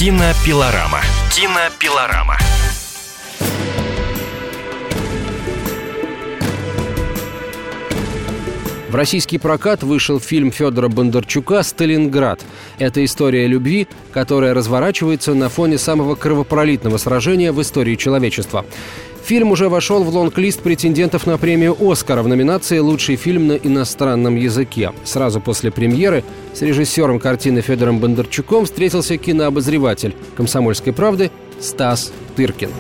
Кинопилорама. Кинопилорама. В российский прокат вышел фильм Федора Бондарчука «Сталинград». Это история любви, которая разворачивается на фоне самого кровопролитного сражения в истории человечества. Фильм уже вошел в лонг-лист претендентов на премию «Оскар» в номинации «Лучший фильм на иностранном языке». Сразу после премьеры с режиссером картины Федором Бондарчуком встретился кинообозреватель «Комсомольской правды» Стас Тыркин.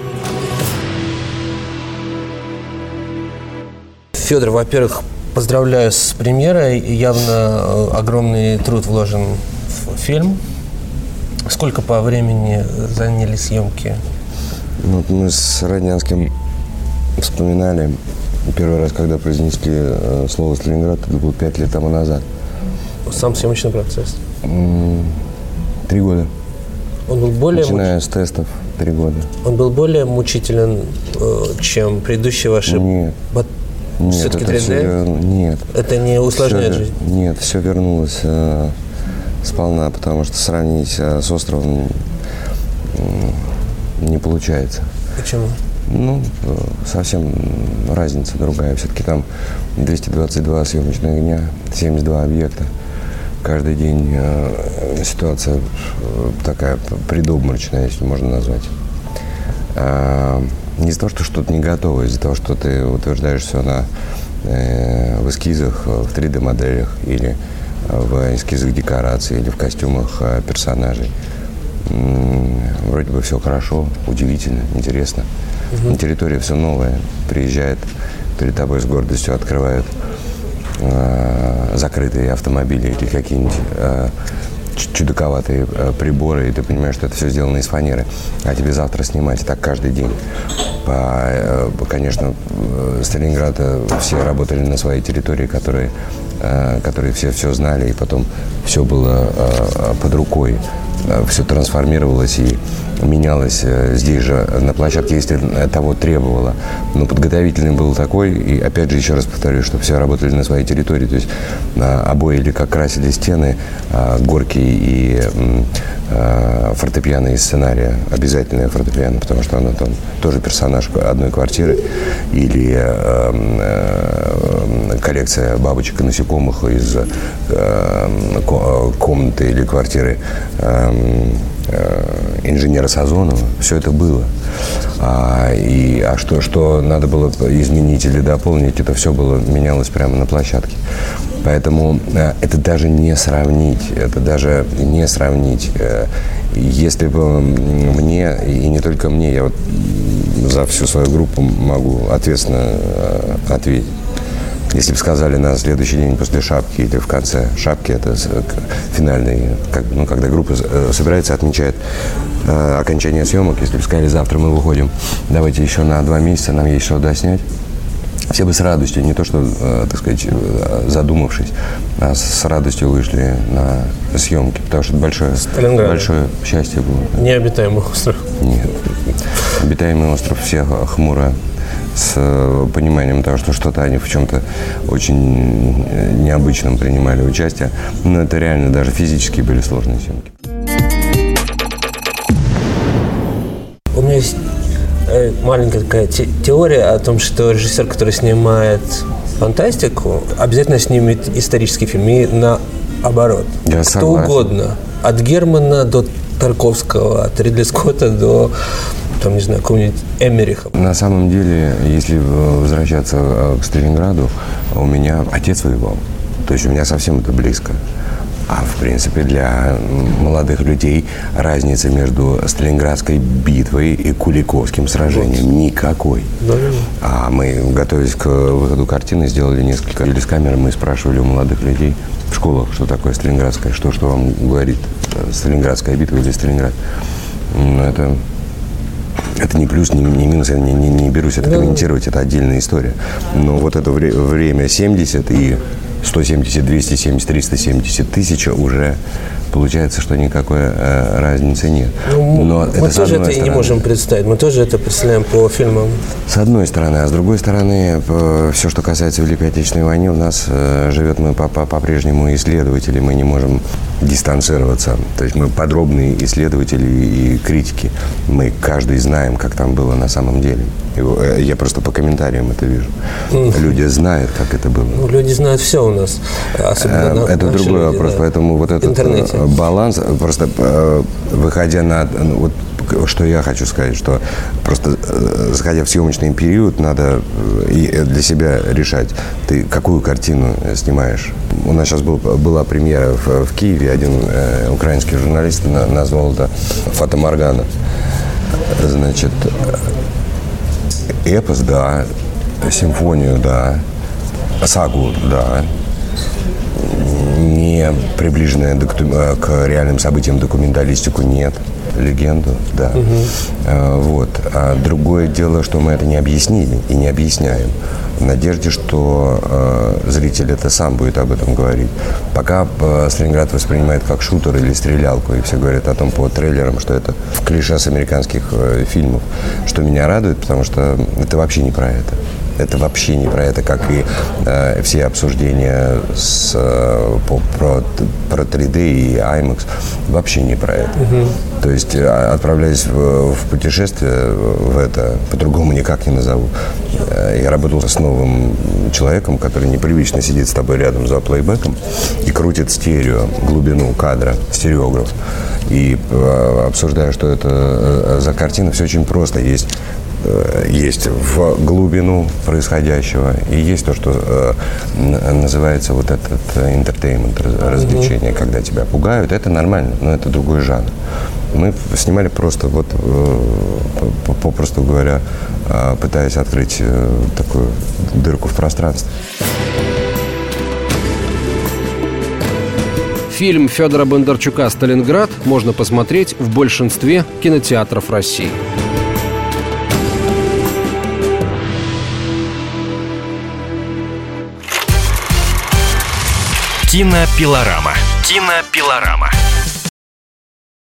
Федор, во-первых, поздравляю с премьерой. Явно огромный труд вложен в фильм. Сколько по времени заняли съемки? Мы с Роднянским вспоминали первый раз, когда произнесли слово «Сталинград», это было 5 лет тому назад. Сам съемочный процесс? 3 года. Он был более Начиная с тестов, 3 года. Он был более мучителен, чем предыдущие ваши? Нет. Все-таки это 3D? Нет. Это не усложняет жизнь? Нет, все вернулось сполна, потому что сравнить с островом не получается. Почему? Совсем разница другая. Все-таки там 222 съемочных дня, 72 объекта. Каждый день ситуация такая предобморочная, если можно назвать. Не из-за того, что что-то не готово, из-за того, что ты утверждаешь все в эскизах, в 3D-моделях или в эскизах декораций, или в костюмах персонажей. Вроде бы все хорошо, удивительно, интересно. На территории все новое. Приезжает перед тобой с гордостью, открывают закрытые автомобили или какие-нибудь чудаковатые приборы, и ты понимаешь, что это все сделано из фанеры. А тебе завтра снимать, и так каждый день. Конечно, Сталинграда все работали на своей территории, которые все знали, и потом все было под рукой. Все трансформировалось и менялось здесь же, на площадке, если того требовало. Но подготовительный был такой, и опять же, еще раз повторю, что все работали на своей территории, то есть обои или как красили стены, горки и фортепиано из сценария, обязательное фортепиано, потому что оно там тоже персонаж одной квартиры, или коллекция бабочек и насекомых из комнаты или квартиры инженера Сазонова. Все это было. Что надо было изменить или дополнить, это все менялось прямо на площадке. Поэтому это даже не сравнить. Если бы мне, и не только мне, я за всю свою группу могу ответственно ответить. Если бы сказали на следующий день после шапки или в конце шапки, это финальный, когда группа собирается, отмечает окончание съемок, если бы сказали, завтра мы выходим, давайте еще на 2 месяца, нам есть что доснять, все бы с радостью, не то что, так сказать, задумавшись, а с радостью вышли на съемки, потому что это большое счастье было. Необитаемый остров? Нет. Обитаемый остров всех хмуро, с пониманием того, что что-то они в чем-то очень необычном принимали участие. Но это реально даже физически были сложные съемки. У меня есть маленькая такая теория о том, что режиссер, который снимает фантастику, обязательно снимет исторический фильм. И наоборот. Я Кто согласен. угодно. От Германа до Тарковского, от Ридли Скотта до какого-нибудь Эммериха. На самом деле, если возвращаться к Сталинграду, у меня отец воевал. То есть у меня совсем это близко. А в принципе для молодых людей разницы между Сталинградской битвой и Куликовским сражением никакой. А мы, готовясь к выходу картины, сделали несколько с камеры, мы спрашивали у молодых людей в школах, что такое Сталинградская, что вам говорит Сталинградская битва или Сталинград. Это не плюс, не минус, я не берусь это комментировать, это отдельная история. Но вот это время 70 и 170, 270, 370 тысяч уже получается, что никакой разницы нет. Но мы тоже это и не можем представить. Мы тоже это представляем по фильмам. С одной стороны. А с другой стороны, все, что касается Великой Отечественной войны, у нас живет, мы по-прежнему исследователи, мы не можем дистанцироваться. То есть мы подробные исследователи и критики. Мы каждый знаем, как там было на самом деле. Я просто по комментариям это вижу. Люди знают, как это было. Ну, люди знают все у нас. Особенно это другой вопрос. Да. Поэтому вот этот баланс, просто выходя на... Вот, что я хочу сказать, что просто заходя в съемочный период, надо для себя решать, ты какую картину снимаешь. У нас сейчас была премьера в Киеве, один украинский журналист назвал это «Фата-Моргана». Значит, эпос, да, симфонию, да, сагу, да, не приближенная к реальным событиям документалистику, нет. Легенду, да. Вот. А другое дело, что мы это не объяснили и не объясняем. В надежде, что зритель это сам будет об этом говорить. Пока Сталинград воспринимает как шутер или стрелялку, и все говорят о том по трейлерам, что это в клише с американских фильмов, что меня радует, потому что это вообще не про это. Это вообще не про это, как и все обсуждения про 3D и IMAX. Вообще не про это. То есть, отправляясь в путешествие в это, по-другому никак не назову, я работал с новым человеком, который непривычно сидит с тобой рядом за плейбеком и крутит стерео, глубину кадра, стереограф. И обсуждая, что это за картина, все очень просто. Есть в глубину происходящего, и есть то, что называется вот этот entertainment, развлечение, когда тебя пугают. Это нормально, но это другой жанр. Мы снимали просто, вот, попросту говоря, пытаясь открыть такую дырку в пространстве. Фильм Федора Бондарчука «Сталинград» можно посмотреть в большинстве кинотеатров России. Кинопилорама. Кинопилорама.